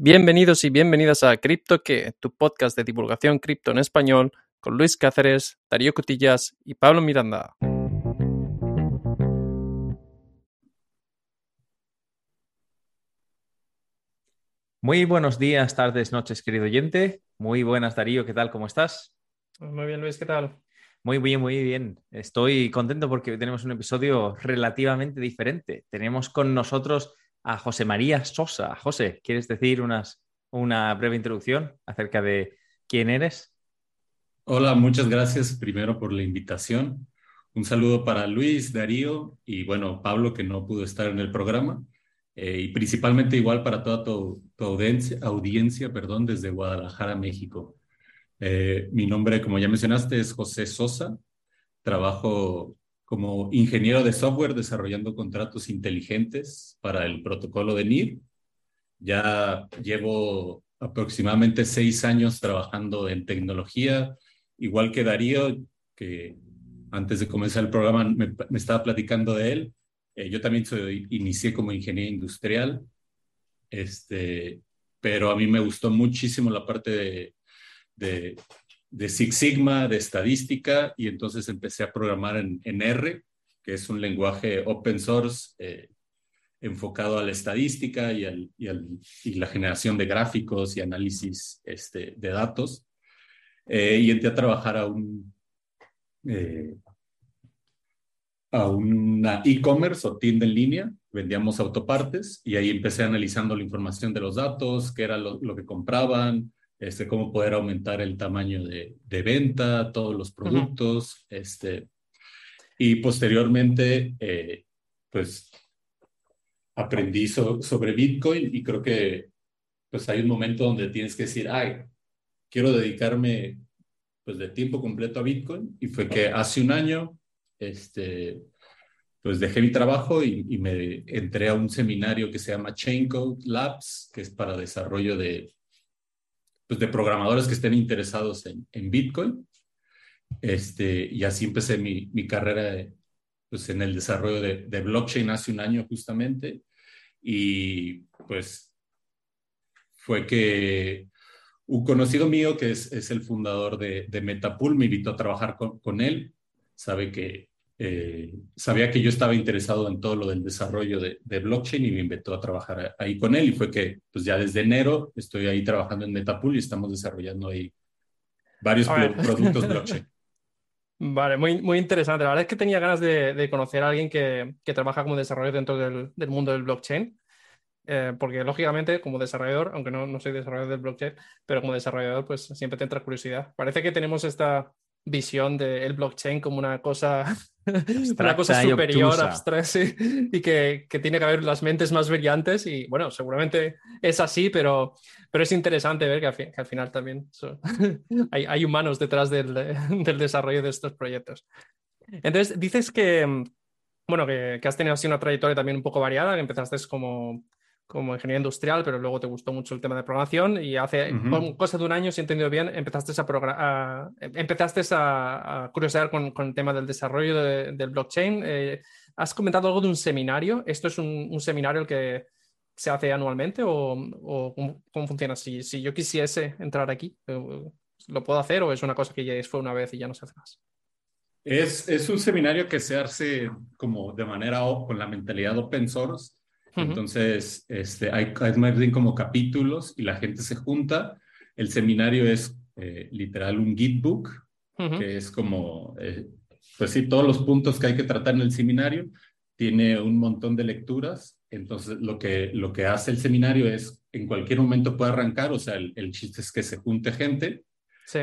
Bienvenidos y bienvenidas a CryptoQué, tu podcast de divulgación cripto en español, con Luis Cáceres, Darío Cutillas y Pablo Miranda. Muy buenos días, tardes, noches, querido oyente. Muy buenas, Darío, ¿qué tal? ¿Cómo estás? Muy bien, Luis, ¿qué tal? Muy bien, muy bien. Estoy contento porque hoy tenemos un episodio relativamente diferente. Tenemos con nosotros a José María Sosa. José, ¿quieres decir una breve introducción acerca de quién eres? Hola, muchas gracias primero por la invitación. Un saludo para Luis, Darío y bueno, Pablo que no pudo estar en el programa. Y principalmente igual para toda tu audiencia, perdón, desde Guadalajara, México. Mi nombre, como ya mencionaste, es José Sosa. Trabajo como ingeniero de software desarrollando contratos inteligentes para el protocolo de NIR. Ya llevo aproximadamente 6 años trabajando en tecnología, igual que Darío, que antes de comenzar el programa me estaba platicando de él. Yo también inicié como ingeniero industrial, este, pero a mí me gustó muchísimo la parte de, de Six Sigma, de estadística, y entonces empecé a programar en R, que es un lenguaje open source enfocado a la estadística y la generación de gráficos y análisis de datos. Y entré a trabajar eh, a una e-commerce o tienda en línea. Vendíamos autopartes y ahí empecé analizando la información de los datos, qué era lo que compraban, cómo poder aumentar el tamaño de venta, todos los productos. Y posteriormente, pues aprendí sobre Bitcoin y creo que pues hay un momento donde tienes que decir, ay, quiero dedicarme pues de tiempo completo a Bitcoin, y fue que hace un año pues dejé mi trabajo y me entré a un seminario que se llama Chain Code Labs, que es para desarrollo pues de programadores que estén interesados en Bitcoin. Y así empecé mi carrera pues en el desarrollo de blockchain hace un año justamente. Y pues fue que un conocido mío, que es el fundador de Metapool, me invitó a trabajar con él. Sabía que yo estaba interesado en todo lo del desarrollo de blockchain y me invitó a trabajar ahí con él. Y fue que pues ya desde enero estoy ahí trabajando en Metapool y estamos desarrollando ahí varios A ver. productos blockchain. Vale, muy interesante. La verdad es que tenía ganas de conocer a alguien que trabaja como desarrollador dentro del mundo del blockchain. Porque lógicamente como desarrollador, aunque no soy desarrollador del blockchain, pero como desarrollador pues siempre te entra curiosidad. Parece que tenemos esta visión del blockchain como una cosa, una cosa Abstracta y superior, obtusa. abstracta, sí, y que tiene que haber las mentes más brillantes y bueno, seguramente es así, pero es interesante ver que al final también hay humanos detrás del desarrollo de estos proyectos. Entonces, dices que, bueno, que has tenido así una trayectoria también un poco variada, que empezaste como ingeniero industrial, pero luego te gustó mucho el tema de programación y hace Ujú. cosa de un año, si he entendido bien, empezaste a curiosear con el tema del desarrollo del blockchain. ¿Has comentado algo de un seminario? ¿Esto es un seminario el que se hace anualmente o cómo funciona? Si yo quisiese entrar aquí, ¿lo puedo hacer o es una cosa que ya fue una vez y ya no se hace más? Es un seminario que se hace como de manera con la mentalidad open source. Ujú, Entonces, hay más bien como capítulos y la gente se junta. El seminario es literal un Gitbook, ujú, que es como, pues sí, todos los puntos que hay que tratar en el seminario. Tiene un montón de lecturas. Entonces, lo que hace el seminario es, en cualquier momento puede arrancar, o sea, el chiste es que se junte gente. sí.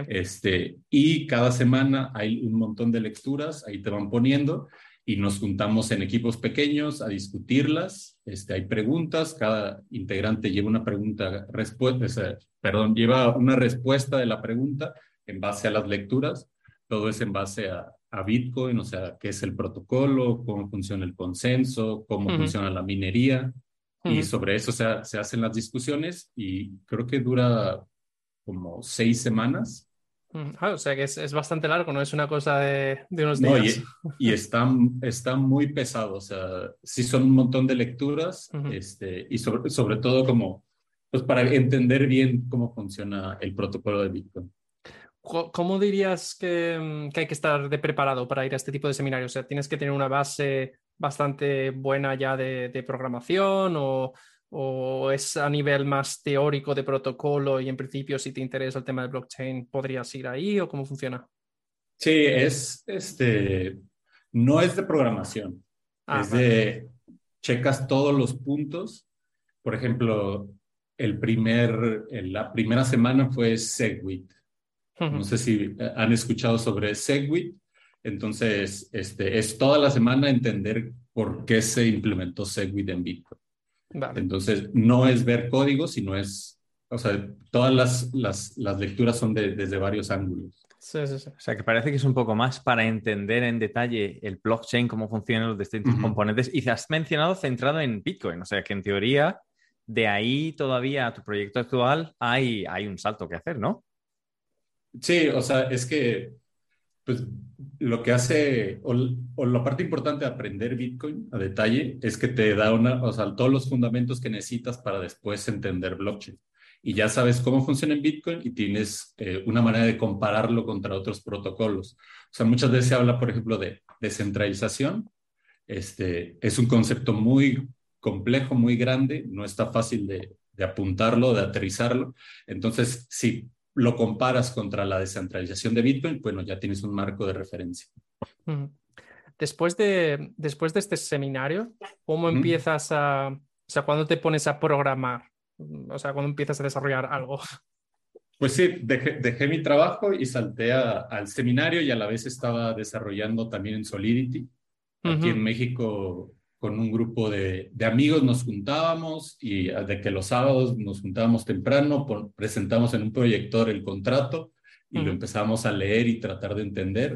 Y cada semana hay un montón de lecturas, ahí te van poniendo, y nos juntamos en equipos pequeños a discutirlas. Hay preguntas, cada integrante lleva una pregunta, respuesta, perdón, lleva una respuesta de la pregunta en base a las lecturas. Todo es en base a Bitcoin, o sea, qué es el protocolo, cómo funciona el consenso, cómo Ujú, funciona la minería. Y ujú. sobre eso se hacen las discusiones y creo que dura como 6 semanas. O sea que es bastante largo, no es una cosa de unos No, días. y está muy pesado, o sea, sí son un montón de lecturas, Ujú, y sobre todo como pues para entender bien cómo funciona el protocolo de Bitcoin. ¿Cómo dirías que hay que estar de preparado para ir a este tipo de seminarios? O sea, ¿tienes que tener una base bastante buena ya de programación o es a nivel más teórico de protocolo y en principio si te interesa el tema de blockchain podrías ir ahí o cómo funciona? Sí, no es de programación, Ah, es vale. checas todos los puntos. Por ejemplo, la primera semana fue SegWit. No sé si han escuchado sobre SegWit. Entonces, es toda la semana entender por qué se implementó SegWit en Bitcoin. Vale. Entonces, no es ver código, o sea, todas las lecturas son desde varios ángulos. Sí, sí, sí. O sea, que parece que es un poco más para entender en detalle el blockchain, cómo funcionan los distintos Ujú. componentes. Y te has mencionado centrado en Bitcoin. O sea, que en teoría, de ahí todavía a tu proyecto actual hay un salto que hacer, ¿no? Sí, o sea, es que pues lo que hace, o la parte importante de aprender Bitcoin a detalle es que te da o sea, todos los fundamentos que necesitas para después entender blockchain. Y ya sabes cómo funciona en Bitcoin y tienes una manera de compararlo contra otros protocolos. O sea, muchas veces se habla, por ejemplo, de descentralización. Es un concepto muy complejo, muy grande, no está fácil de apuntarlo, de aterrizarlo. Entonces, si lo comparas contra la descentralización de Bitcoin, bueno, ya tienes un marco de referencia. Ujú. Después de este seminario, ¿cómo Ujú. empiezas o sea, cuándo te pones a programar? O sea, ¿cuándo empiezas a desarrollar algo? Pues sí, dejé mi trabajo y salté al seminario y a la vez estaba desarrollando también en Solidity. Aquí en Ujú, México, con un grupo de amigos nos juntábamos y de que los sábados nos juntábamos temprano, presentamos en un proyector el contrato y lo ujú. empezamos a leer y tratar de entender.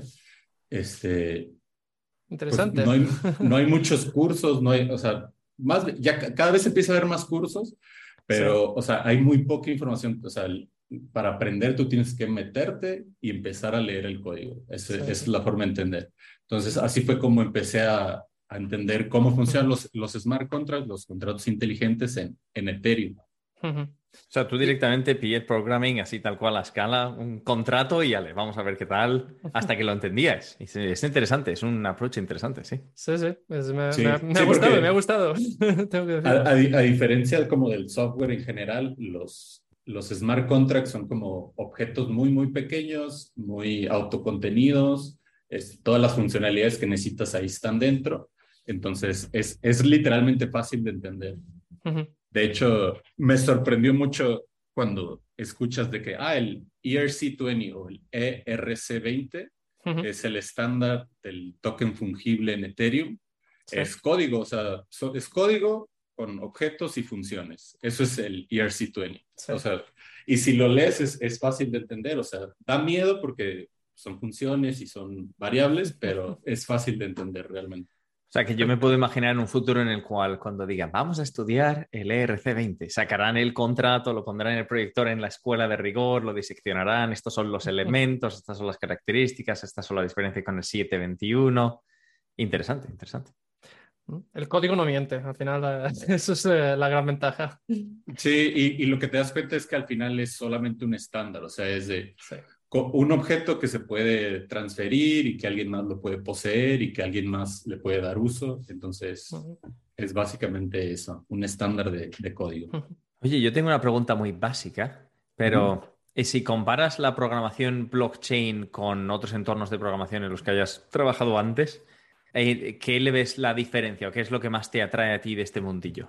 Este, pues Interesante. no hay muchos cursos, no hay, o sea, cada vez empieza a haber más cursos, Sí, pero, o sea, hay muy poca información, o sea, para aprender tú tienes que meterte y empezar a leer el código. Esa sí, es sí. la forma de entender. Entonces, Ujú, así fue como empecé a entender cómo funcionan ujú, los smart contracts, los contratos inteligentes en Ethereum. ujú. O sea, tú Y- directamente pillé programming así tal cual a escala, un contrato y ya le vamos a ver qué tal, hasta que lo entendías. Y es interesante, es un approach interesante, sí. Sí, sí, Sí, me ha sí, gustado, me ha porque gustado, tengo que decirlo. a diferencia como del software en general, los smart contracts son como objetos muy, muy pequeños, muy autocontenidos, todas las funcionalidades que necesitas ahí están dentro, entonces es literalmente fácil de entender. Ujú, De hecho, me sorprendió mucho cuando escuchas de que el ERC20 o el ERC20 ujú. es el estándar del token fungible en Ethereum. Sí, Es código, o sea, es código con objetos y funciones. Eso es el ERC20. sí. O sea, y si lo lees es fácil de entender, o sea, da miedo porque son funciones y son variables, pero es fácil de entender realmente. O sea, que yo me puedo imaginar en un futuro en el cual cuando digan, vamos a estudiar el ERC20, sacarán el contrato, lo pondrán en el proyector en la escuela de rigor, lo diseccionarán, estos son los elementos, estas son las características, estas son la diferencia con el 721. Interesante, interesante. El código no miente, al final eso es la gran ventaja. Sí, y lo que te das cuenta es que al final es solamente un estándar, o sea, es de Sí. un objeto que se puede transferir y que alguien más lo puede poseer y que alguien más le puede dar uso. Entonces, Ujú, es básicamente eso, un estándar de código. ujú, Oye, yo tengo una pregunta muy básica, Ujú. pero si comparas la programación blockchain con otros entornos de programación en los que hayas trabajado antes, ¿qué le ves la diferencia o qué es lo que más te atrae a ti de este mundillo?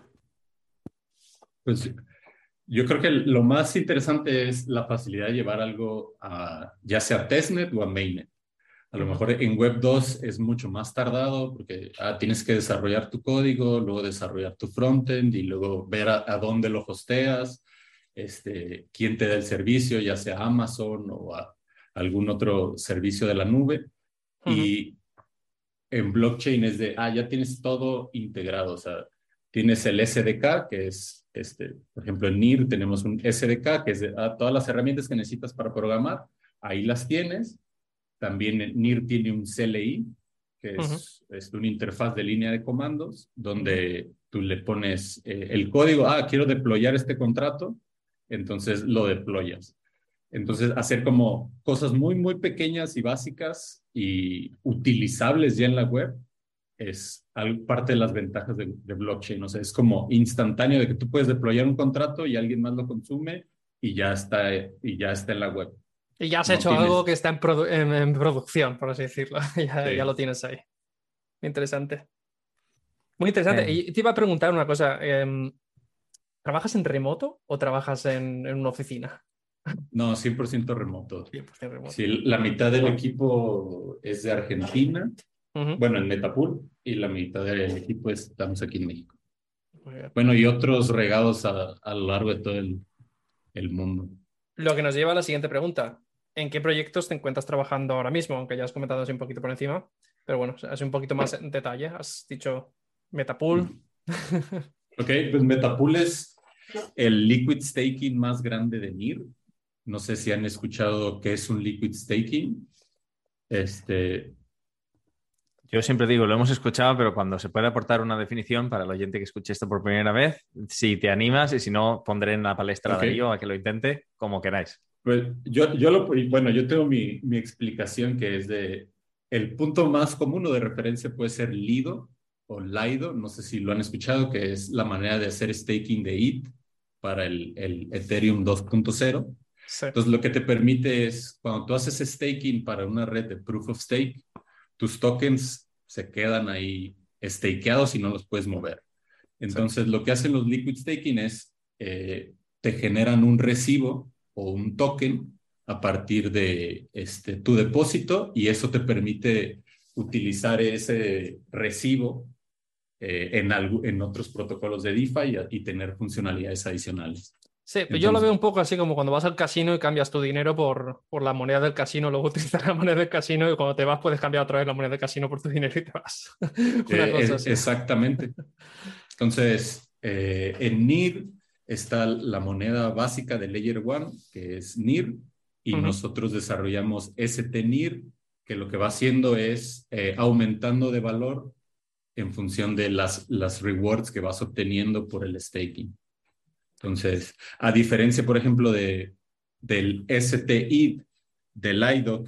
Pues yo creo que lo más interesante es la facilidad de llevar algo ya sea a testnet o a mainnet. A lo ujú, mejor en Web 2 es mucho más tardado porque tienes que desarrollar tu código, luego desarrollar tu frontend y luego ver a dónde lo hosteas, quién te da el servicio, ya sea Amazon o algún otro servicio de la nube. ujú, Y en blockchain es ya tienes todo integrado, o sea, tienes el SDK, que es, por ejemplo, en NIR tenemos un SDK, que es todas las herramientas que necesitas para programar, ahí las tienes. También NIR tiene un CLI, que ujú, es una interfaz de línea de comandos, ujú. donde tú le pones el código, quiero deployar este contrato, entonces lo deployas. Entonces, hacer como cosas muy, muy pequeñas y básicas y utilizables ya en la web es parte de las ventajas de blockchain. O sea, es como instantáneo de que tú puedes deployar un contrato y alguien más lo consume y ya está en la web. Y ya has No hecho tienes... algo que está en producción, por así decirlo. Ya, Sí. ya lo tienes ahí. Interesante. Muy interesante. Eh, Y te iba a preguntar una cosa. ¿Trabajas en remoto o trabajas en una oficina? No, 100% remoto. 100% remoto. Sí, la mitad del equipo es de Argentina, Ujú. bueno, en Metapool, y la mitad del equipo estamos aquí en México. Muy bien. Bueno, y otros regados a lo largo de todo el mundo. Lo que nos lleva a la siguiente pregunta. ¿En qué proyectos te encuentras trabajando ahora mismo? Aunque ya has comentado así un poquito por encima, pero bueno, así un poquito más en detalle. Has dicho Metapool. Ok, pues Metapool es el liquid staking más grande de NIR. No sé si han escuchado qué es un liquid staking. Yo siempre digo, lo hemos escuchado, pero cuando se puede aportar una definición para el oyente que escuche esto por primera vez, si te animas y si no, pondré en la palestra a Ok, Darío a que lo intente, como queráis. pues yo tengo mi explicación que es el punto más común o de referencia puede ser Lido o Lido, no sé si lo han escuchado, que es la manera de hacer staking de ETH para el Ethereum 2.0. Sí. Entonces, lo que te permite es, cuando tú haces staking para una red de proof of stake, tus tokens se quedan ahí stakeados y no los puedes mover. Sí. Entonces, lo que hacen los liquid staking es, te generan un recibo o un token a partir de tu depósito y eso te permite utilizar ese recibo en otros protocolos de DeFi y tener funcionalidades adicionales. Sí, pues yo lo veo Entonces, un poco así como cuando vas al casino y cambias tu dinero por la moneda del casino, luego utilizas la moneda del casino y cuando te vas puedes cambiar otra vez la moneda del casino por tu dinero y te vas. Una cosa así. exactamente. Entonces, en NIR está la moneda básica de Layer One, que es NIR, y Ujú. nosotros desarrollamos ST-NIR, que lo que va haciendo es aumentando de valor en función de las rewards que vas obteniendo por el staking. Entonces, a diferencia, por ejemplo, del STI del Lido,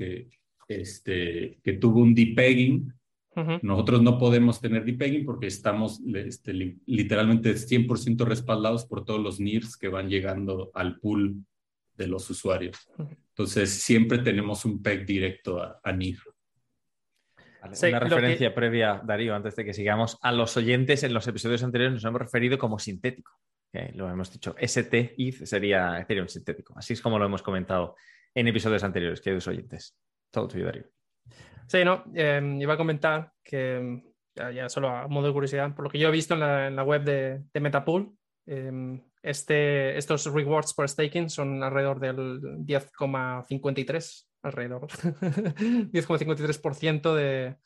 que tuvo un depegging, Ujú. nosotros no podemos tener depegging porque estamos literalmente 100% respaldados por todos los NIRs que van llegando al pool de los usuarios. Entonces, siempre tenemos un peg directo a NIR. Vale, Sí, una lo que... referencia previa, Darío, antes de que sigamos. A los oyentes en los episodios anteriores nos hemos referido como sintético. Lo hemos dicho. ST-ETH sería Ethereum sintético. Así es como lo hemos comentado en episodios anteriores, queridos oyentes. Todo tuyo, Darío. Sí, no, iba a comentar que ya solo a modo de curiosidad, por lo que yo he visto en la web de Metapool, estos rewards por staking son alrededor del 10,53, alrededor 10,53% de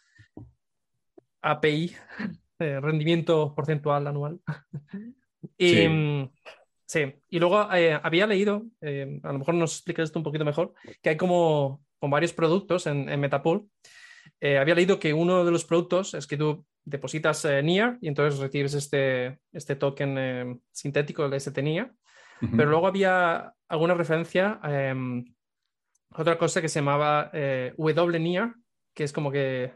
API, rendimiento porcentual anual. Y, Sí. sí, y luego había leído, a lo mejor nos explicas esto un poquito mejor, que hay como con varios productos en Metapool. Había leído que uno de los productos es que tú depositas NIR y entonces recibes este token sintético, el ST-NIR, pero Uh-huh. luego había alguna referencia a otra cosa que se llamaba WNIR, que es como que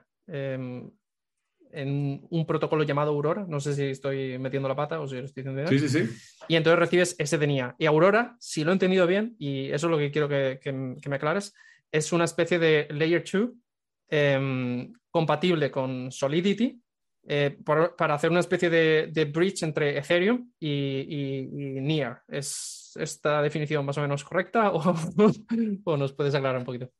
en un protocolo llamado Aurora, no sé si estoy metiendo la pata o si lo estoy diciendo Sí, bien, sí, sí. y entonces recibes ST-NIR. Y Aurora, si lo he entendido bien, y eso es lo que quiero que me aclares, es una especie de Layer 2 compatible con Solidity para hacer una especie de bridge entre Ethereum y NIR. ¿Es esta definición más o menos correcta o nos puedes aclarar un poquito?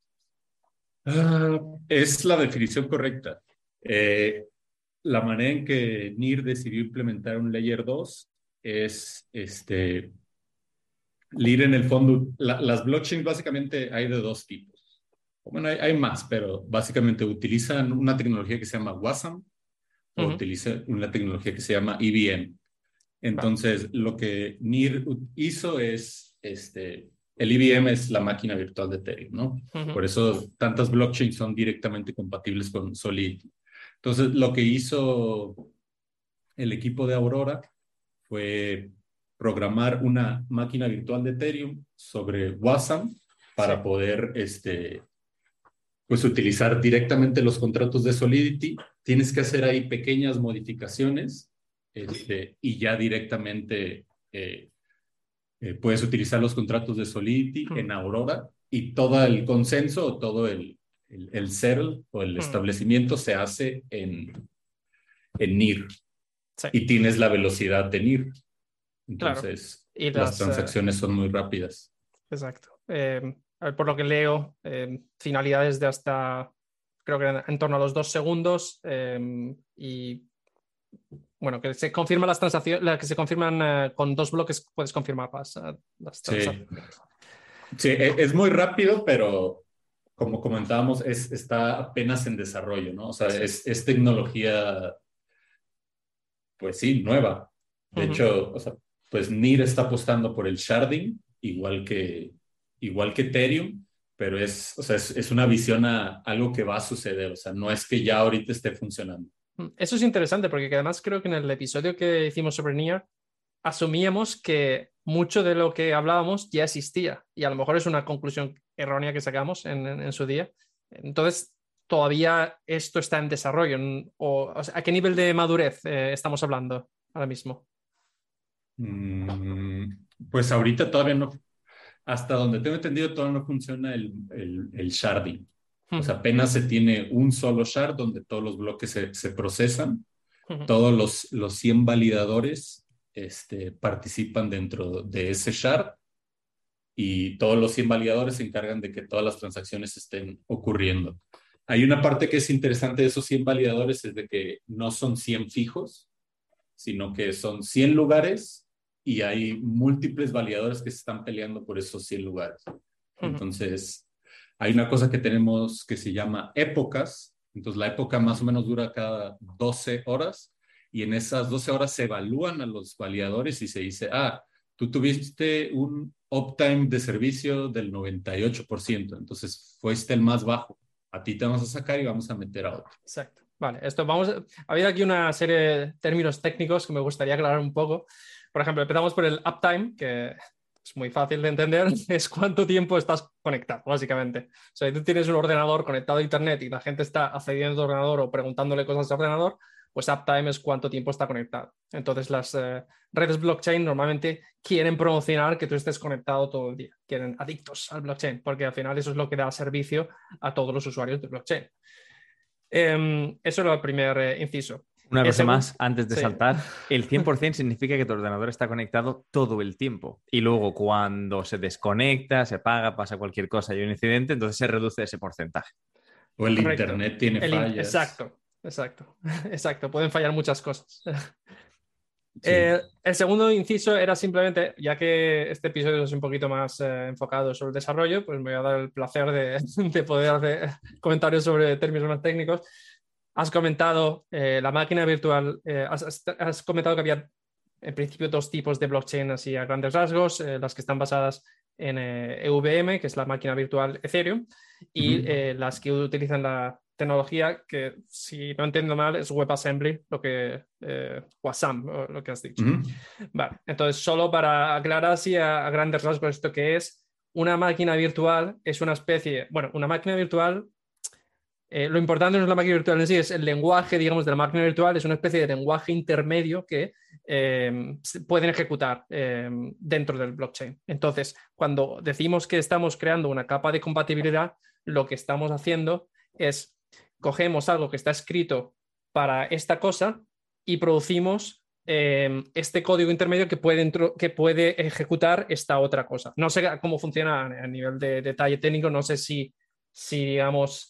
Es la definición correcta. Eh, la manera en que NIR decidió implementar un Layer 2 es NIR en el fondo, las blockchains básicamente hay de dos tipos. Bueno, hay más, pero básicamente utilizan una tecnología que se llama WASM o Ujú. utilizan una tecnología que se llama EVM. Vale. Entonces, lo que NIR hizo es, el EVM es la máquina virtual de Ethereum, ¿no? Ujú. Por eso tantas blockchains son directamente compatibles con Solidity. Entonces, lo que hizo el equipo de Aurora fue programar una máquina virtual de Ethereum sobre Wasm para poder pues utilizar directamente los contratos de Solidity. Tienes que hacer ahí pequeñas modificaciones y ya directamente puedes utilizar los contratos de Solidity en Aurora, y todo el consenso o todo el CERL o el establecimiento se hace en NIR. Sí. Y tienes la velocidad de NIR. Entonces, claro. Y las transacciones son muy rápidas. Exacto. Por lo que leo, finalidades de hasta, creo que en torno a los 2 segundos, y bueno, que se confirman las transacciones, que se confirman con 2 bloques, puedes confirmar las transacciones. Sí, es muy rápido, pero como comentábamos, está apenas en desarrollo, ¿no? O sea, es tecnología, pues sí, nueva. De hecho, o sea, pues NIR está apostando por el sharding, igual que Ethereum, pero es una visión a algo que va a suceder. O sea, no es que ya ahorita esté funcionando. Eso es interesante, porque además creo que en el episodio que hicimos sobre NIR asumíamos que mucho de lo que hablábamos ya existía, y a lo mejor es una conclusión errónea que sacamos en su día. Entonces, todavía esto está en desarrollo, o sea, ¿a qué nivel de madurez estamos hablando ahora mismo? Pues ahorita todavía no, hasta donde tengo entendido, todavía no funciona el sharding. O sea, apenas se tiene un solo shard donde todos los bloques se procesan. Todos los 100 validadores participan dentro de ese shard, y todos los 100 validadores se encargan de que todas las transacciones estén ocurriendo. Hay una parte que es interesante de esos 100 validadores, es de que no son 100 fijos, sino que son 100 lugares y hay múltiples validadores que se están peleando por esos 100 lugares. Entonces, hay una cosa que tenemos que se llama épocas. Entonces, la época más o menos dura cada 12 horas, y en esas 12 horas se evalúan a los validadores y se dice, tú tuviste un uptime de servicio del 98%, entonces fuiste el más bajo. A ti te vamos a sacar y vamos a meter a otro. Exacto. Vale, había aquí una serie de términos técnicos que me gustaría aclarar un poco. Por ejemplo, empezamos por el uptime, que es muy fácil de entender, es cuánto tiempo estás conectado, básicamente. O sea, si tú tienes un ordenador conectado a internet y la gente está accediendo a tu ordenador o preguntándole cosas al ordenador, pues uptime es cuánto tiempo está conectado. Entonces, las redes blockchain normalmente quieren promocionar que tú estés conectado todo el día. Quieren adictos al blockchain, porque al final eso es lo que da servicio a todos los usuarios de blockchain. Eso era el primer inciso. Una cosa más, antes de saltar, el 100% significa que tu ordenador está conectado todo el tiempo. Y luego cuando se desconecta, se apaga, pasa cualquier cosa y hay un incidente, entonces se reduce ese porcentaje. O el internet tiene fallas. Exacto. Pueden fallar muchas cosas. Sí. El segundo inciso era simplemente, ya que este episodio es un poquito más enfocado sobre el desarrollo, pues me voy a dar el placer de poder hacer comentarios sobre términos más técnicos. Has comentado la máquina virtual, has comentado que había en principio 2 tipos de blockchain así a grandes rasgos, las que están basadas en EVM, que es la máquina virtual Ethereum, y las que utilizan la tecnología que, si no entiendo mal, es WebAssembly, WASM, lo que has dicho. Vale, entonces, solo para aclarar así a grandes rasgos esto que es, una máquina virtual es una especie, una máquina virtual, lo importante no es la máquina virtual en sí, es el lenguaje, digamos, de la máquina virtual, es una especie de lenguaje intermedio que pueden ejecutar dentro del blockchain. Entonces, cuando decimos que estamos creando una capa de compatibilidad, lo que estamos haciendo es cogemos algo que está escrito para esta cosa y producimos este código intermedio que puede ejecutar esta otra cosa. No sé cómo funciona a nivel de detalle técnico, no sé si digamos,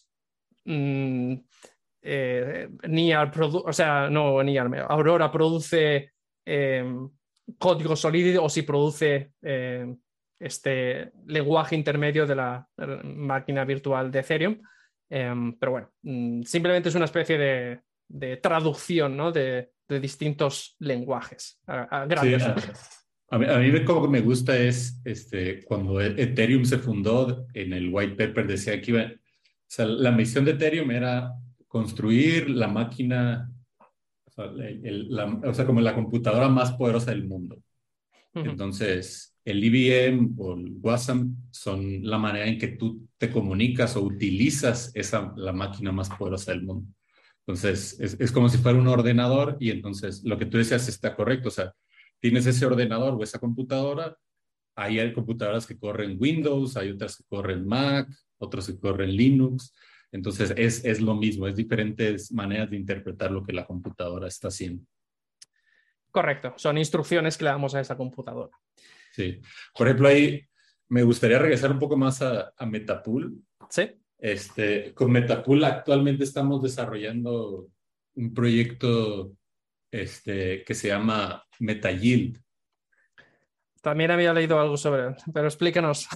Aurora produce código sólido o si produce este lenguaje intermedio de la máquina virtual de Ethereum. Pero bueno, simplemente es una especie de traducción, ¿no? de distintos lenguajes a grandes rasgos. A mí como me gusta es cuando Ethereum se fundó, en el white paper decía que la misión de Ethereum era construir la máquina, sea, o sea, como la computadora más poderosa del mundo. Ujú. Entonces, el IBM o el WASM son la manera en que tú te comunicas o utilizas la máquina más poderosa del mundo. Entonces, es como si fuera un ordenador y entonces lo que tú decías está correcto. O sea, tienes ese ordenador o esa computadora, ahí hay computadoras que corren Windows, hay otras que corren Mac, otras que corren Linux. Entonces, es lo mismo, es diferentes maneras de interpretar lo que la computadora está haciendo. Correcto, son instrucciones que le damos a esa computadora. Sí. Por ejemplo, ahí me gustaría regresar un poco más a Metapool. ¿Sí? Con Metapool actualmente estamos desarrollando un proyecto que se llama MetaYield. También había leído algo sobre él, pero explícanos.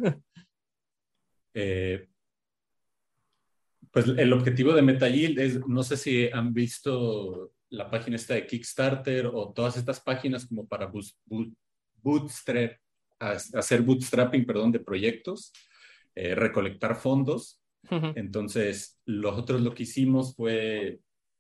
Eh, pues el objetivo de MetaYield es, no sé si han visto la página esta de Kickstarter o todas estas páginas como para bootstrap, hacer bootstrapping, perdón, de proyectos, recolectar fondos. Ujú. Entonces, nosotros lo que hicimos fue,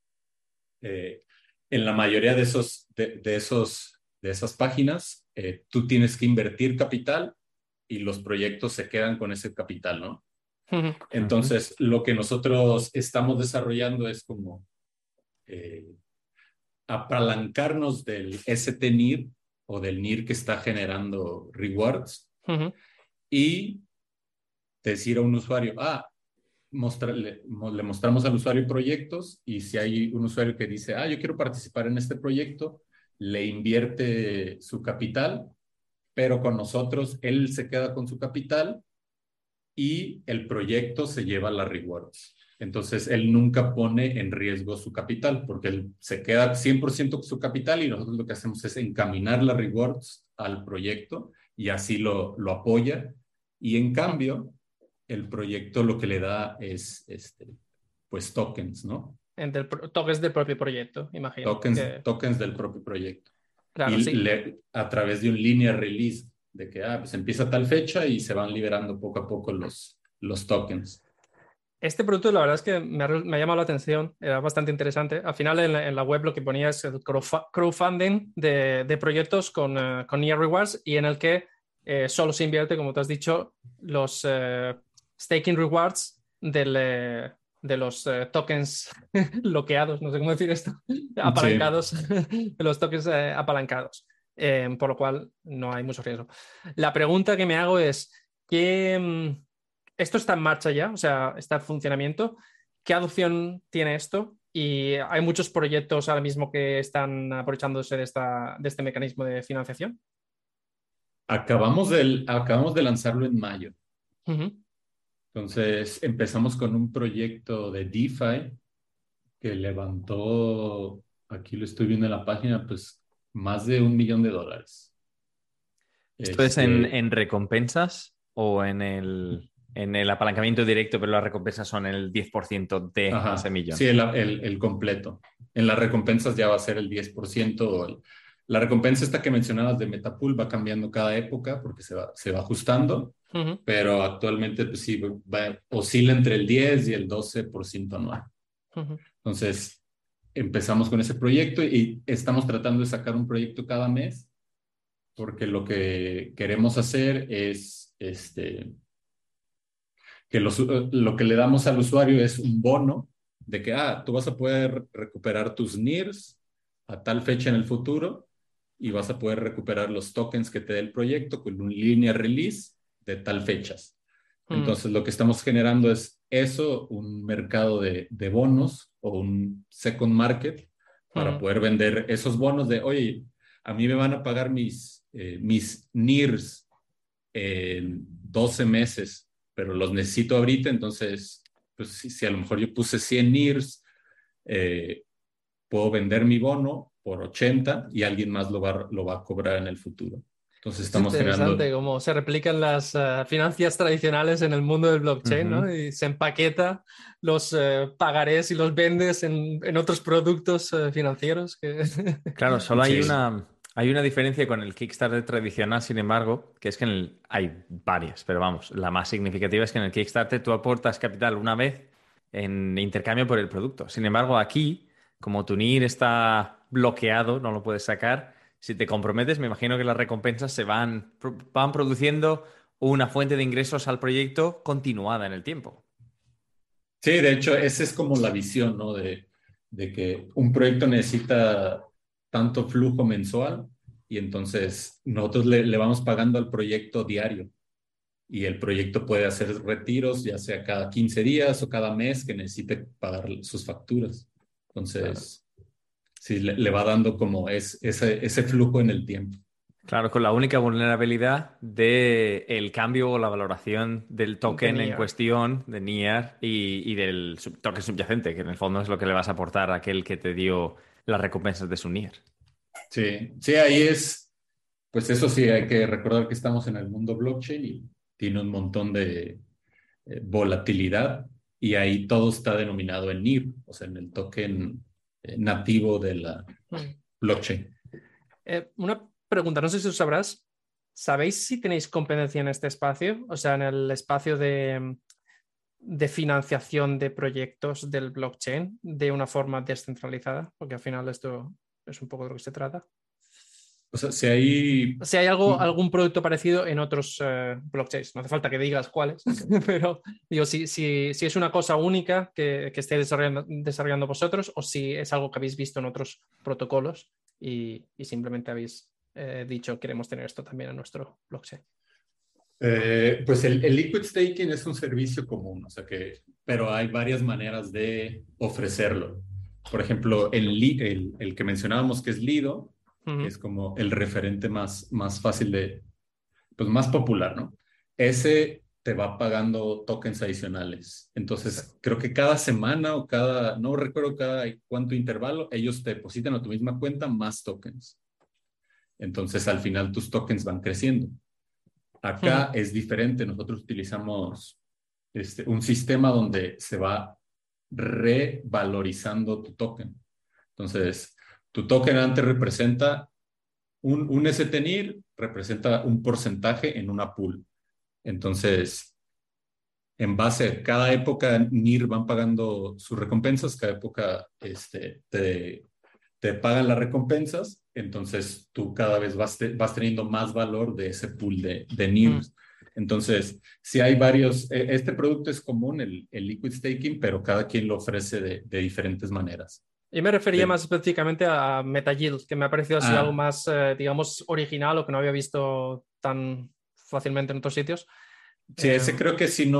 en la mayoría de esas páginas, tú tienes que invertir capital y los proyectos se quedan con ese capital, ¿no? Ujú. Entonces, lo que nosotros estamos desarrollando es como apalancarnos del ST-NIR o del NIR que está generando rewards Ujú. y decir a un usuario, le mostramos al usuario proyectos y si hay un usuario que dice, yo quiero participar en este proyecto, le invierte su capital, pero con nosotros él se queda con su capital y el proyecto se lleva las rewards. Entonces, él nunca pone en riesgo su capital porque él se queda 100% con su capital y nosotros lo que hacemos es encaminar las rewards al proyecto y así lo apoya. Y en cambio, el proyecto lo que le da es, pues, tokens, ¿no? Toques del propio proyecto, imagino. Tokens del propio proyecto. Claro, Y sí. a través de un linear release, de que pues empieza tal fecha y se van liberando poco a poco los tokens. Este producto, la verdad es que me ha llamado la atención, era bastante interesante. Al final, en la web lo que ponía es el crowdfunding de proyectos con Near Rewards y en el que solo se invierte, como tú has dicho, los staking rewards de los tokens bloqueados, no sé cómo decir esto, Sí. apalancados, de los tokens apalancados, por lo cual no hay mucho riesgo. La pregunta que me hago es, ¿qué... ¿Esto está en marcha ya? O sea, ¿está en funcionamiento? ¿Qué adopción tiene esto? Y hay muchos proyectos ahora mismo que están aprovechándose de este mecanismo de financiación. Acabamos de lanzarlo en mayo. Ujú. Entonces empezamos con un proyecto de DeFi que levantó, aquí lo estoy viendo en la página, pues más de $1 millón. ¿Esto es en recompensas o en el apalancamiento directo, pero las recompensas son el 10% de ese Ajá, sí, millón? el completo. En las recompensas ya va a ser el 10%. La recompensa esta que mencionabas de Metapool va cambiando cada época porque se va ajustando, Ujú. pero actualmente pues sí, oscila entre el 10 y el 12% anual. Ujú. Entonces, empezamos con ese proyecto y estamos tratando de sacar un proyecto cada mes porque lo que queremos hacer es que lo que le damos al usuario es un bono de que, tú vas a poder recuperar tus NIRs a tal fecha en el futuro y vas a poder recuperar los tokens que te dé el proyecto con un linear release de tal fechas. Ujú. Entonces, lo que estamos generando es eso, un mercado de bonos o un second market para Ujú. poder vender esos bonos de, oye, a mí me van a pagar mis NIRs en 12 meses, pero los necesito ahorita, entonces, pues si a lo mejor yo puse 100 NIRS, puedo vender mi bono por 80 y alguien más lo va a cobrar en el futuro. Entonces Es estamos interesante generando... cómo se replican las finanzas tradicionales en el mundo del blockchain, ¿no? Ujú. Y se empaqueta los pagarés y los vendes en otros productos financieros. Claro, solo Sí, hay una diferencia con el Kickstarter tradicional, sin embargo, que es que hay varias, pero vamos, la más significativa es que en el Kickstarter tú aportas capital una vez en intercambio por el producto. Sin embargo, aquí, como tu NIR está bloqueado, no lo puedes sacar, si te comprometes, me imagino que las recompensas van produciendo una fuente de ingresos al proyecto continuada en el tiempo. Sí, de hecho, esa es como la visión, ¿no? De que un proyecto necesita tanto flujo mensual y entonces nosotros le vamos pagando al proyecto diario y el proyecto puede hacer retiros, ya sea cada 15 días o cada mes que necesite pagar sus facturas. Claro. Entonces, sí, le va dando como ese flujo en el tiempo. Claro, con la única vulnerabilidad de el cambio o la valoración del token en Tenía. cuestión, de NIAR, y del token subyacente, que en el fondo es lo que le vas a aportar a aquel que te dio las recompensas de su NIAR. Sí, sí, ahí es, pues eso sí, hay que recordar que estamos en el mundo blockchain y tiene un montón de volatilidad y ahí todo está denominado en NIR, o sea, en el token nativo de la Mm. blockchain. Una pregunta, no sé si lo sabrás. ¿Sabéis si tenéis competencia en este espacio? O sea, en el espacio de financiación de proyectos del blockchain de una forma descentralizada, porque al final esto es un poco de lo que se trata. O sea, si hay... Si hay algún producto parecido en otros blockchains, no hace falta que digas cuáles, pero digo, si es una cosa única que estéis desarrollando vosotros o si es algo que habéis visto en otros protocolos y simplemente habéis dicho queremos tener esto también en nuestro blockchain. Pues el liquid staking es un servicio común, o sea que, pero hay varias maneras de ofrecerlo. Por ejemplo, el que mencionábamos que es Lido, que Uh-huh. es como el referente más fácil de, pues más popular, ¿no? Ese te va pagando tokens adicionales. Sí. Entonces, creo que cada semana o cada, no recuerdo cada cuánto intervalo, ellos te depositan a tu misma cuenta más tokens. Entonces, al final tus tokens van creciendo. Uh-huh. Acá es diferente. Nosotros utilizamos un sistema donde se va revalorizando tu token. Entonces, tu token antes representa un STNIR, representa un porcentaje en una pool. Entonces, en base a cada época, NIR van pagando sus recompensas, cada época te pagan las recompensas, entonces tú cada vez vas teniendo más valor de ese pool de Uh-huh. NIRs. Entonces, si hay varios, este producto es común, el liquid staking, pero cada quien lo ofrece de diferentes maneras. Yo me refería De, más específicamente a MetaYield, que me ha parecido así algo ah, más, digamos, original o que no había visto tan fácilmente en otros sitios. sí, ese Eh, creo que sí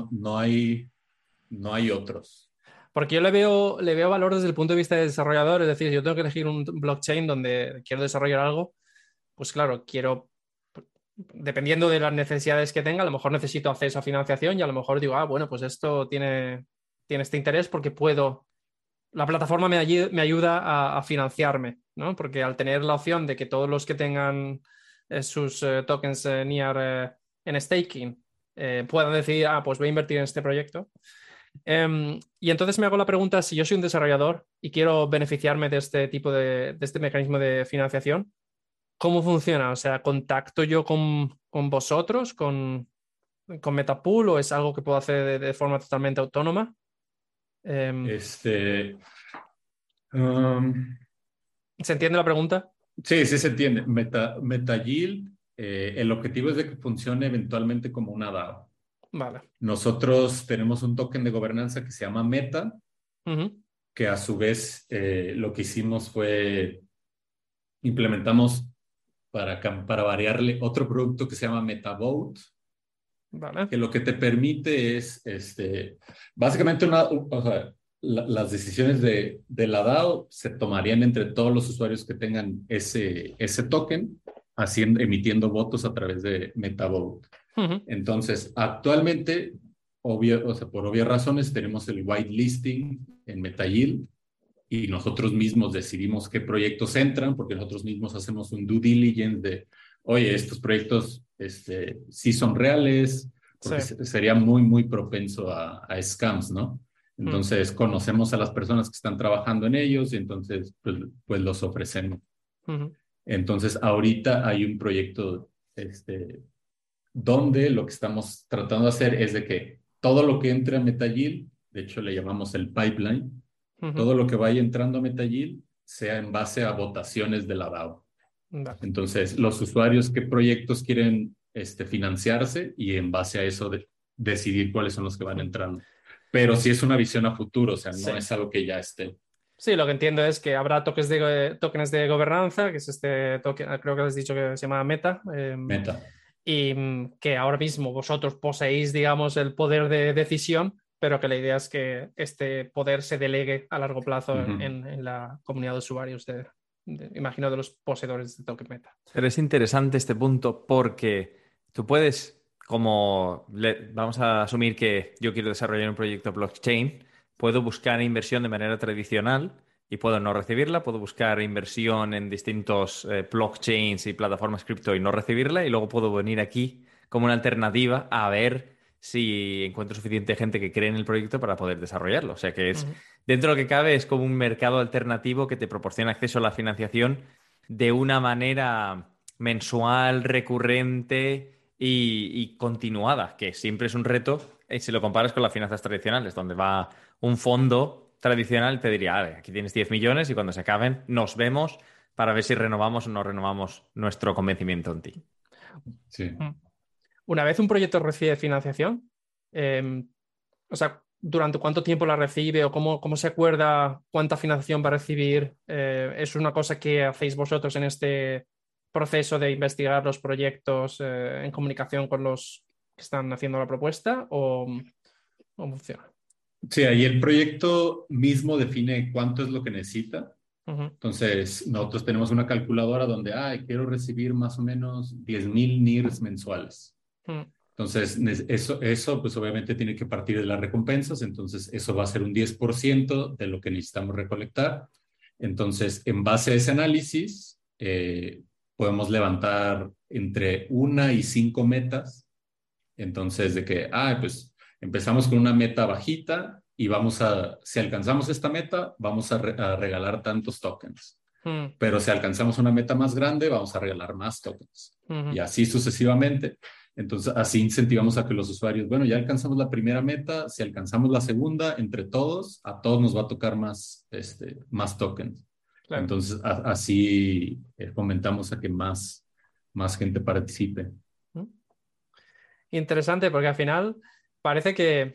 no hay otros. Porque yo le veo valor desde el punto de vista de desarrollador, es decir, si yo tengo que elegir un blockchain donde quiero desarrollar algo, pues claro, quiero, dependiendo de las necesidades que tenga, a lo mejor necesito acceso a financiación y a lo mejor digo, ah, bueno, pues esto tiene este interés porque puedo, la plataforma me ayuda a financiarme, ¿no? Porque al tener la opción de que todos los que tengan sus tokens NIAR en staking puedan decidir, ah, pues voy a invertir en este proyecto. Y entonces me hago la pregunta, si yo soy un desarrollador y quiero beneficiarme de este tipo de este mecanismo de financiación, ¿cómo funciona? O sea, ¿contacto yo con vosotros, con Metapool o es algo que puedo hacer de forma totalmente autónoma? Um, Este, um, ¿Se entiende la pregunta? sí, sí se entiende. MetaYield, el objetivo es de que funcione eventualmente como una DAO. Vale. Nosotros tenemos un token de gobernanza que se llama Meta, Ujú. que a su vez lo que hicimos fue implementamos para variarle otro producto que se llama MetaVote, Vale. que lo que te permite es, básicamente, o sea, las decisiones de la DAO se tomarían entre todos los usuarios que tengan ese token, emitiendo votos a través de MetaVote. Ujú. Entonces, actualmente, o sea, por obvias razones, tenemos el whitelisting en MetaYield y nosotros mismos decidimos qué proyectos entran, porque nosotros mismos hacemos un due diligence de, oye, estos proyectos sí son reales, Sí. porque sería muy propenso a scams, ¿no? Mm. Entonces, conocemos a las personas que están trabajando en ellos y entonces, pues los ofrecemos. Ujú. Entonces, ahorita hay un proyecto, donde lo que estamos tratando de hacer es de que todo lo que entre a MetaYield, de hecho le llamamos el pipeline, Ujú. todo lo que vaya entrando a MetaYield sea en base a votaciones de la DAO. Vale. Entonces, los usuarios qué proyectos quieren financiarse y en base a eso decidir cuáles son los que van entrando. Pero sí es una visión a futuro, o sea, Sí. no es algo que ya esté. Sí, lo que entiendo es que habrá tokens de gobernanza, que es este token, creo que has dicho que se llama Meta, Meta. y que ahora mismo vosotros poseéis, digamos, el poder de decisión, pero que la idea es que este poder se delegue a largo plazo Ujú. en la comunidad de usuarios, imagino, de los poseedores de token Meta. Pero es interesante este punto porque tú puedes, vamos a asumir que yo quiero desarrollar un proyecto blockchain, puedo buscar inversión de manera tradicional y puedo no recibirla, puedo buscar inversión en distintos blockchains y plataformas cripto y no recibirla, y luego puedo venir aquí como una alternativa a ver si encuentro suficiente gente que cree en el proyecto para poder desarrollarlo. O sea que es, Ujú. dentro de lo que cabe, es como un mercado alternativo que te proporciona acceso a la financiación de una manera mensual, recurrente y continuada, que siempre es un reto si lo comparas con las finanzas tradicionales, donde va un fondo tradicional, te diría, "A ver, aquí tienes 10 millones y cuando se acaben nos vemos para ver si renovamos o no renovamos nuestro convencimiento en ti". Sí. Mm. Una vez un proyecto recibe financiación, eh, o sea, ¿durante cuánto tiempo la recibe o cómo se acuerda cuánta financiación va a recibir? ¿Es una cosa que hacéis vosotros en este proceso de investigar los proyectos en comunicación con los que están haciendo la propuesta o cómo funciona? Sí, ahí el proyecto mismo define cuánto es lo que necesita. Ujú. Entonces, nosotros tenemos una calculadora donde, quiero recibir más o menos 10,000 NIRS mensuales. Mm. Entonces, eso pues obviamente tiene que partir de las recompensas, entonces eso va a ser un 10% de lo que necesitamos recolectar. Entonces, en base a ese análisis, podemos levantar entre 1 y 5 metas. Entonces, de que, pues empezamos con una meta bajita y si alcanzamos esta meta, vamos a regalar tantos tokens. Mm. Pero si alcanzamos una meta más grande, vamos a regalar más tokens. Ujú. Y así sucesivamente. Entonces, así incentivamos a que los usuarios, bueno, ya alcanzamos la primera meta, si alcanzamos la segunda, entre todos, a todos nos va a tocar más tokens. Claro. Entonces, así fomentamos a que más gente participe. Mm. Interesante porque al final parece que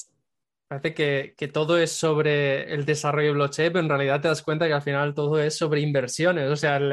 que todo es sobre el desarrollo de blockchain, pero en realidad te das cuenta que al final todo es sobre inversiones. O sea,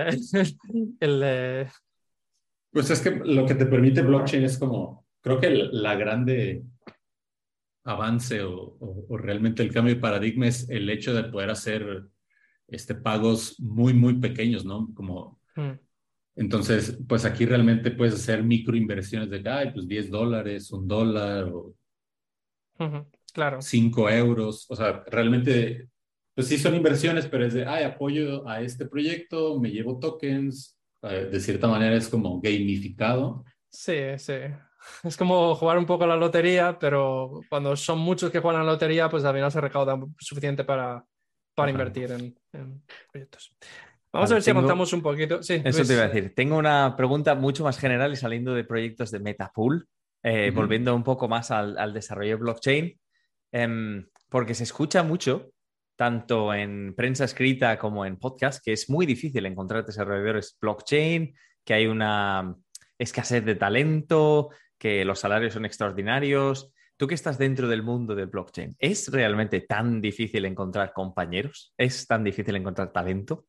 el, Pues es que lo que te permite blockchain es como, creo que la grande avance o realmente el cambio de paradigma es el hecho de poder hacer pagos muy, muy pequeños, ¿no? Mm. Entonces, pues aquí realmente puedes hacer microinversiones de, pues $10, $1 o Ujú. Claro. 5 euros. O sea, realmente, pues sí son inversiones, pero es de, apoyo a este proyecto, me llevo tokens. De cierta manera es como gamificado. Sí, sí. Es como jugar un poco a la lotería, pero cuando son muchos que juegan a la lotería, pues al final se recauda suficiente para Ajá. invertir en proyectos. Vamos a Vale, ver si avanzamos un poquito. Sí, eso te iba Luis. a decir. Tengo una pregunta mucho más general y saliendo de proyectos de Metapool, Ujú. volviendo un poco más al desarrollo de blockchain, porque se escucha mucho, tanto en prensa escrita como en podcast, que es muy difícil encontrar desarrolladores blockchain, que hay una escasez de talento, que los salarios son extraordinarios. Tú que estás dentro del mundo del blockchain, ¿es realmente tan difícil encontrar compañeros? ¿Es tan difícil encontrar talento?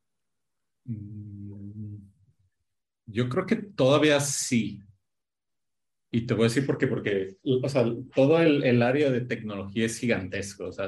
Mm, Yo creo que todavía sí. Y te voy a decir por qué, porque, o sea, todo el área de tecnología es gigantesco. O sea,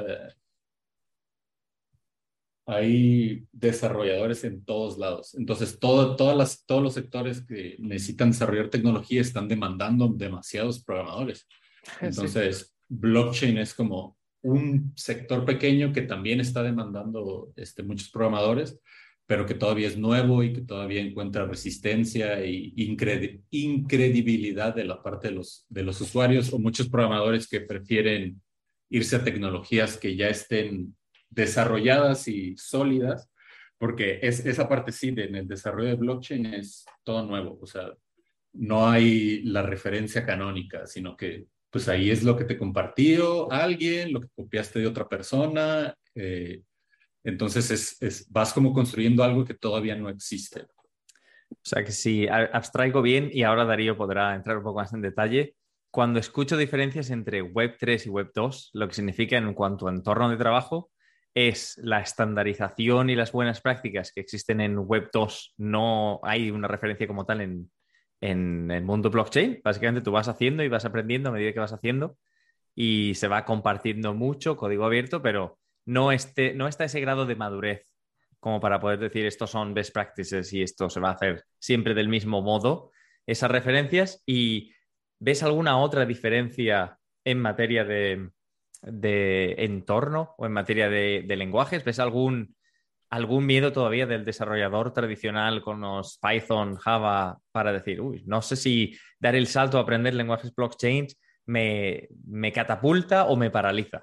hay desarrolladores en todos lados. Entonces, todos los sectores que necesitan desarrollar tecnología están demandando demasiados programadores. Sí. Entonces, blockchain es como un sector pequeño que también está demandando muchos programadores, pero que todavía es nuevo y que todavía encuentra resistencia y incredibilidad de la parte de los usuarios o muchos programadores que prefieren irse a tecnologías que ya estén desarrolladas y sólidas, porque esa parte sí, en el desarrollo de blockchain es todo nuevo, o sea, no hay la referencia canónica, sino que pues ahí es lo que te compartió alguien, lo que copiaste de otra persona, Entonces vas como construyendo algo que todavía no existe. O sea que si abstraigo bien, y ahora Darío podrá entrar un poco más en detalle, cuando escucho diferencias entre Web 3 y Web 2, lo que significa en cuanto a entorno de trabajo es la estandarización y las buenas prácticas que existen en Web 2. No hay una referencia como tal en el mundo blockchain. Básicamente tú vas haciendo y vas aprendiendo a medida que vas haciendo y se va compartiendo mucho, código abierto, pero no está ese grado de madurez como para poder decir estos son best practices y esto se va a hacer siempre del mismo modo, esas referencias. ¿Y ves alguna otra diferencia en materia de entorno o en materia de lenguajes? ¿Ves algún miedo todavía del desarrollador tradicional con los Python, Java, para decir, uy, no sé si dar el salto a aprender lenguajes blockchain me catapulta o me paraliza?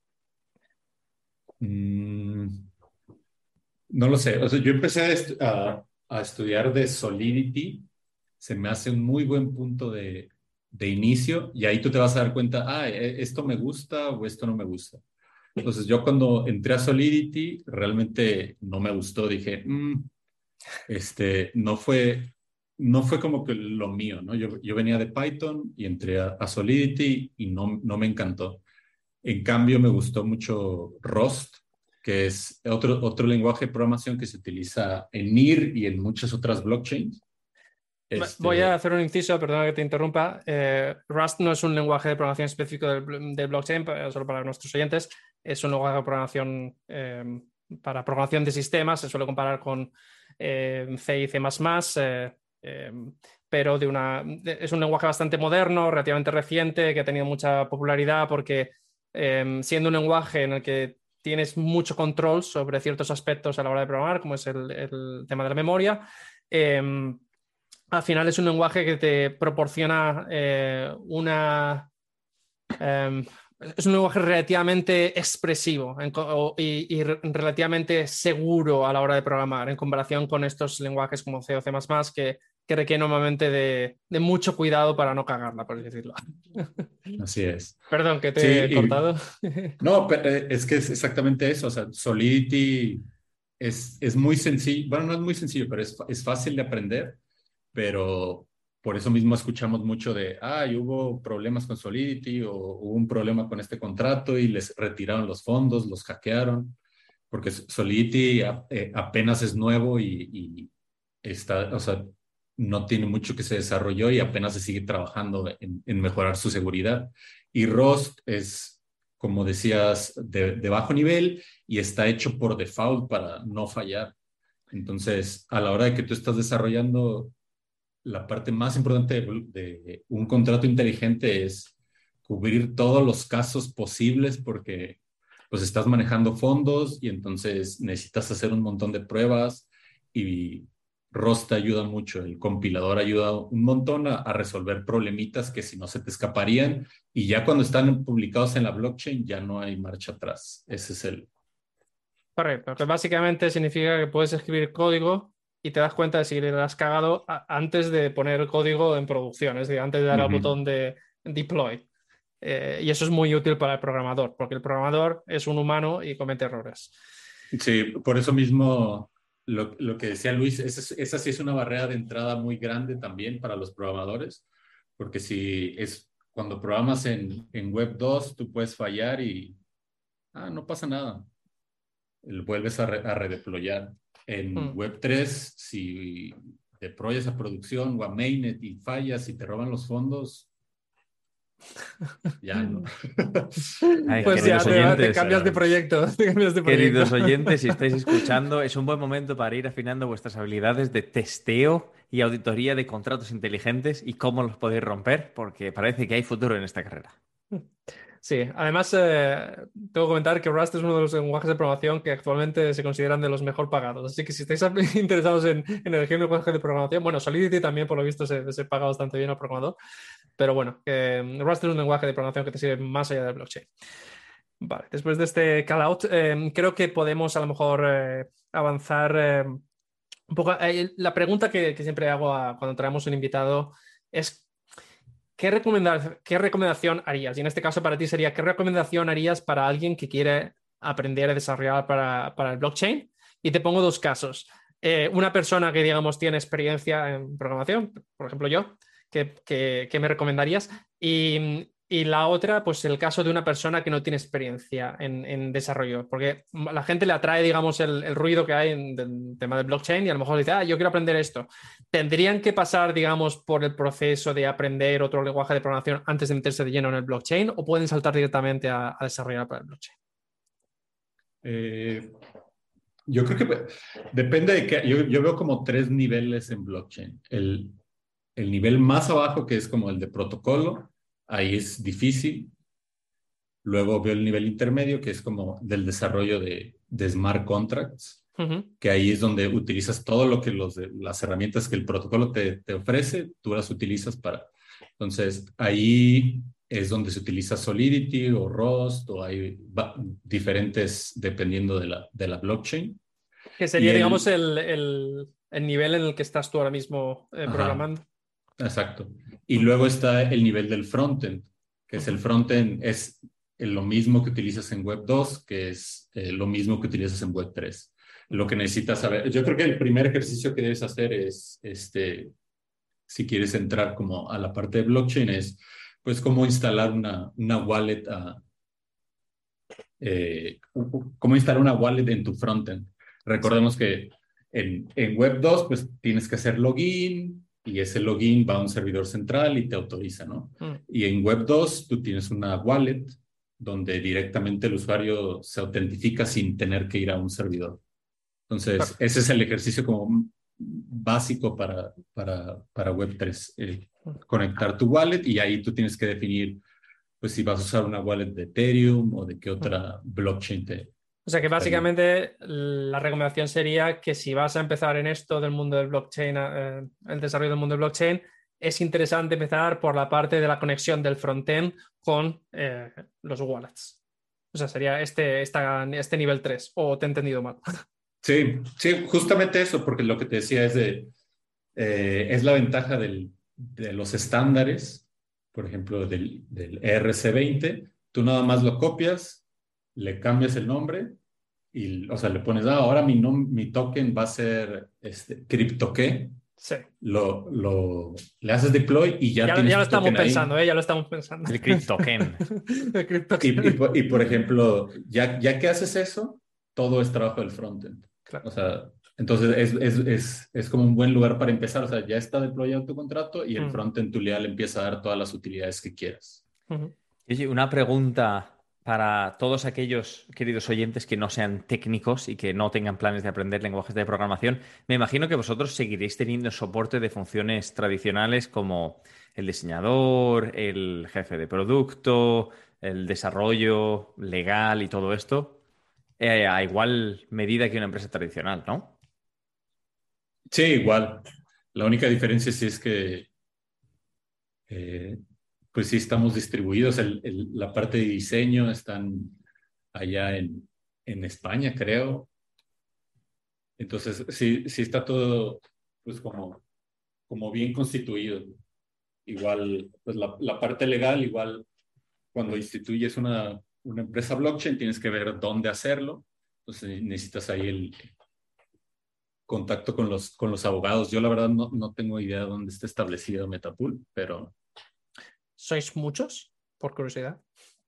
No lo sé. O sea, yo empecé a estudiar de Solidity. Se me hace un muy buen punto de inicio y ahí tú te vas a dar cuenta, esto me gusta o esto no me gusta. Entonces yo cuando entré a Solidity realmente no me gustó. Dije, no fue como que lo mío, ¿no? Yo venía de Python y entré a Solidity y no me encantó. En cambio, me gustó mucho Rust, que es otro lenguaje de programación que se utiliza en NIR y en muchas otras blockchains. Voy a hacer un inciso, perdona que te interrumpa. Rust no es un lenguaje de programación específico de blockchain, solo para nuestros oyentes. Es un lenguaje de programación para programación de sistemas. Se suele comparar con C y C++, pero es un lenguaje bastante moderno, relativamente reciente, que ha tenido mucha popularidad porque siendo un lenguaje en el que tienes mucho control sobre ciertos aspectos a la hora de programar, como es el tema de la memoria, al final es un lenguaje que te proporciona es un lenguaje relativamente expresivo y relativamente seguro a la hora de programar en comparación con estos lenguajes como C o C++ que requieren normalmente de mucho cuidado para no cagarla, por así decirlo. Así es. Perdón, que Sí, te he cortado. no, pero es que es exactamente eso. O sea, Solidity es muy sencillo. Bueno, no es muy sencillo, pero es fácil de aprender. Pero por eso mismo escuchamos mucho de, hubo problemas con Solidity o hubo un problema con este contrato y les retiraron los fondos, los hackearon, porque Solidity apenas es nuevo y está, o sea, no tiene mucho que se desarrolló y apenas se sigue trabajando en mejorar su seguridad. Y Rust es, como decías, de bajo nivel y está hecho por default para no fallar. Entonces, a la hora de que tú estás desarrollando, la parte más importante de un contrato inteligente es cubrir todos los casos posibles porque pues estás manejando fondos y entonces necesitas hacer un montón de pruebas y Rust te ayuda mucho, el compilador ayuda un montón a resolver problemitas que si no se te escaparían y ya cuando están publicados en la blockchain ya no hay marcha atrás. Ese es el... Correcto, que básicamente significa que puedes escribir código y te das cuenta de si le has cagado antes de poner el código en producción, es decir, antes de dar al botón de deploy. Y eso es muy útil para el programador, porque el programador es un humano y comete errores. Sí, por eso mismo lo que decía Luis, esa sí es una barrera de entrada muy grande también para los programadores, porque si es cuando programas en Web 2, tú puedes fallar y no pasa nada. Vuelves a redeployar. En Web 3, si deployas a producción o a mainnet y fallas y te roban los fondos, ya no. Ay, Pues ya te cambias de proyecto. Queridos oyentes, si estáis escuchando, es un buen momento para ir afinando vuestras habilidades de testeo y auditoría de contratos inteligentes y cómo los podéis romper, porque parece que hay futuro en esta carrera. Sí, además tengo que comentar que Rust es uno de los lenguajes de programación que actualmente se consideran de los mejor pagados. Así que si estáis interesados en elegir un lenguaje de programación, bueno, Solidity también por lo visto se paga bastante bien al programador, pero bueno, Rust es un lenguaje de programación que te sirve más allá del blockchain. Vale, después de este call out, creo que podemos a lo mejor avanzar un poco. La pregunta que siempre hago cuando traemos un invitado es ¿qué recomendación harías? Y en este caso para ti sería, ¿qué recomendación harías para alguien que quiere aprender a desarrollar para el blockchain. Y te pongo dos casos. Una persona que, digamos, tiene experiencia en programación, por ejemplo yo, que me recomendarías. Y la otra, pues el caso de una persona que no tiene experiencia en desarrollo, porque la gente le atrae, digamos, el ruido que hay en el tema del blockchain y a lo mejor dice, yo quiero aprender esto. ¿Tendrían que pasar, digamos, por el proceso de aprender otro lenguaje de programación antes de meterse de lleno en el blockchain o pueden saltar directamente a desarrollar para el blockchain? Yo creo que depende de qué. Yo veo como tres niveles en blockchain. El nivel más abajo, que es como el de protocolo, ahí es difícil. Luego veo el nivel intermedio, que es como del desarrollo de smart contracts, que ahí es donde utilizas todo lo que las herramientas que el protocolo te ofrece, tú las utilizas para. Entonces, ahí es donde se utiliza Solidity o Rust, o hay diferentes dependiendo de la blockchain. Que sería, digamos, el nivel en el que estás tú ahora mismo programando. Exacto. Y luego está el nivel del frontend, que es el frontend, es lo mismo que utilizas en Web 2, que es lo mismo que utilizas en Web 3. Lo que necesitas saber, yo creo que el primer ejercicio que debes hacer es, si quieres entrar como a la parte de blockchain, es pues cómo instalar una wallet, cómo instalar una wallet en tu frontend. Recordemos que en Web 2 pues tienes que hacer login, y ese login va a un servidor central y te autoriza, ¿no? Y en Web 2 tú tienes una wallet donde directamente el usuario se autentifica sin tener que ir a un servidor. Entonces, ese es el ejercicio como básico para Web 3. Conectar tu wallet y ahí tú tienes que definir pues si vas a usar una wallet de Ethereum o de qué otra blockchain te. O sea que básicamente la recomendación sería que si vas a empezar en esto del mundo del blockchain, el desarrollo del mundo del blockchain, es interesante empezar por la parte de la conexión del frontend con los wallets. O sea, sería este nivel 3, o te he entendido mal. Sí, justamente eso, porque lo que te decía es la ventaja de los estándares, por ejemplo, del ERC20, tú nada más lo copias, le cambias el nombre y, o sea, le pones, ahora mi token va a ser CryptoKey. Sí. Le haces deploy y ya tienes ya lo estamos pensando, ahí. Ya lo estamos pensando. El CryptoKen. Y por ejemplo, ya que haces eso, todo es trabajo del frontend. Claro. O sea, entonces es como un buen lugar para empezar. O sea, ya está deployado tu contrato y el frontend tú le empieza a dar todas las utilidades que quieras. Oye, una pregunta para todos aquellos queridos oyentes que no sean técnicos y que no tengan planes de aprender lenguajes de programación. Me imagino que vosotros seguiréis teniendo soporte de funciones tradicionales como el diseñador, el jefe de producto, el desarrollo legal y todo esto, a igual medida que una empresa tradicional, ¿no? Sí, igual. La única diferencia sí es que pues sí estamos distribuidos. La parte de diseño están allá en España, creo. Entonces, sí está todo pues como bien constituido. Igual, pues la parte legal, igual cuando instituyes una empresa blockchain, tienes que ver dónde hacerlo. Entonces necesitas ahí el contacto con los abogados. Yo la verdad no tengo idea de dónde está establecido Metapool, pero... ¿Sois muchos, por curiosidad?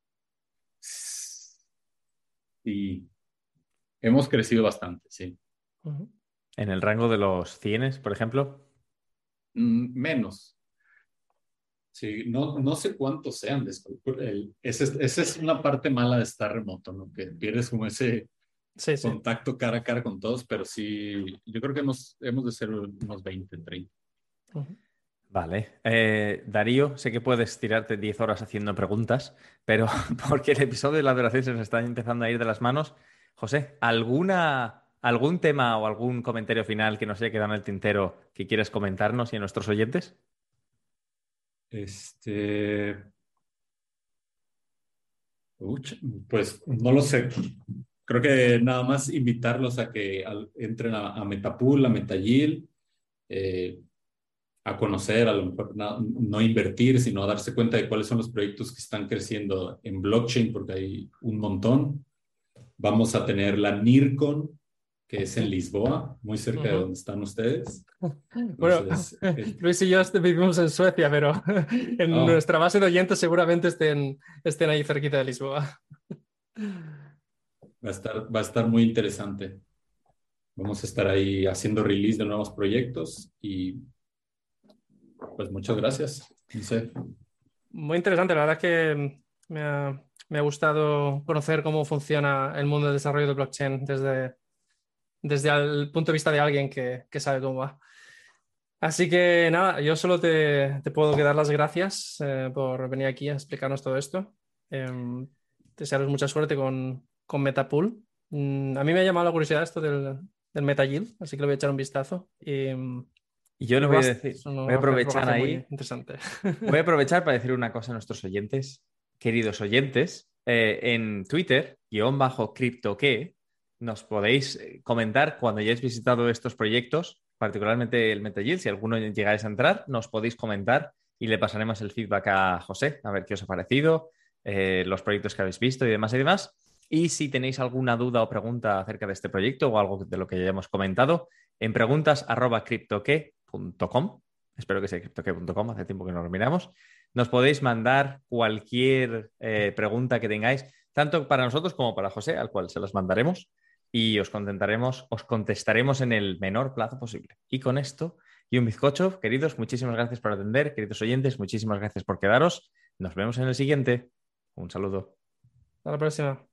Sí, hemos crecido bastante, sí. ¿En el rango de los 100, por ejemplo? Menos. Sí, no sé cuántos sean. Esa es una parte mala de estar remoto, ¿no? Que pierdes como ese contacto cara a cara con todos, pero sí, yo creo que hemos de ser unos 20, 30. Vale. Darío, sé que puedes tirarte 10 horas haciendo preguntas, pero porque el episodio de la duración se nos está empezando a ir de las manos. José, ¿algún tema o algún comentario final que nos haya quedado en el tintero que quieras comentarnos y a nuestros oyentes? Pues no lo sé. Creo que nada más invitarlos a que entren a Metapool, a Metayield, a conocer, a lo mejor no invertir, sino a darse cuenta de cuáles son los proyectos que están creciendo en blockchain, porque hay un montón. Vamos a tener la NIRCON, que es en Lisboa, muy cerca de donde están ustedes. Bueno, Entonces, Luis y yo vivimos en Suecia, pero en nuestra base de oyentes seguramente estén ahí cerquita de Lisboa. va a estar muy interesante. Vamos a estar ahí haciendo release de nuevos proyectos y pues muchas gracias. No sé. Muy interesante, la verdad es que me ha gustado conocer cómo funciona el mundo del desarrollo de blockchain desde el punto de vista de alguien que sabe cómo va. Así que nada, yo solo te puedo dar las gracias por venir aquí a explicarnos todo esto. Desearos mucha suerte con Metapool. A mí me ha llamado la curiosidad esto del MetaYield, así que le voy a echar un vistazo. Y yo Y le voy a Rust decir, es voy a una aprovechar tecnología muy ahí, interesante. voy a aprovechar para decir una cosa a nuestros oyentes, queridos oyentes. En Twitter, _CryptoQué, nos podéis comentar cuando hayáis visitado estos proyectos, particularmente el MetaYield. Si alguno llegáis a entrar, nos podéis comentar y le pasaremos el feedback a José, a ver qué os ha parecido, los proyectos que habéis visto y demás y demás. Y si tenéis alguna duda o pregunta acerca de este proyecto o algo de lo que ya hemos comentado, en preguntas@cryptoque.com. Espero que sea cryptoque.com, hace tiempo que no lo miramos. Nos podéis mandar cualquier pregunta que tengáis, tanto para nosotros como para José, al cual se las mandaremos y os contestaremos en el menor plazo posible. Y con esto, y un bizcocho, queridos, muchísimas gracias por atender, queridos oyentes, muchísimas gracias por quedaros. Nos vemos en el siguiente. Un saludo. Hasta la próxima.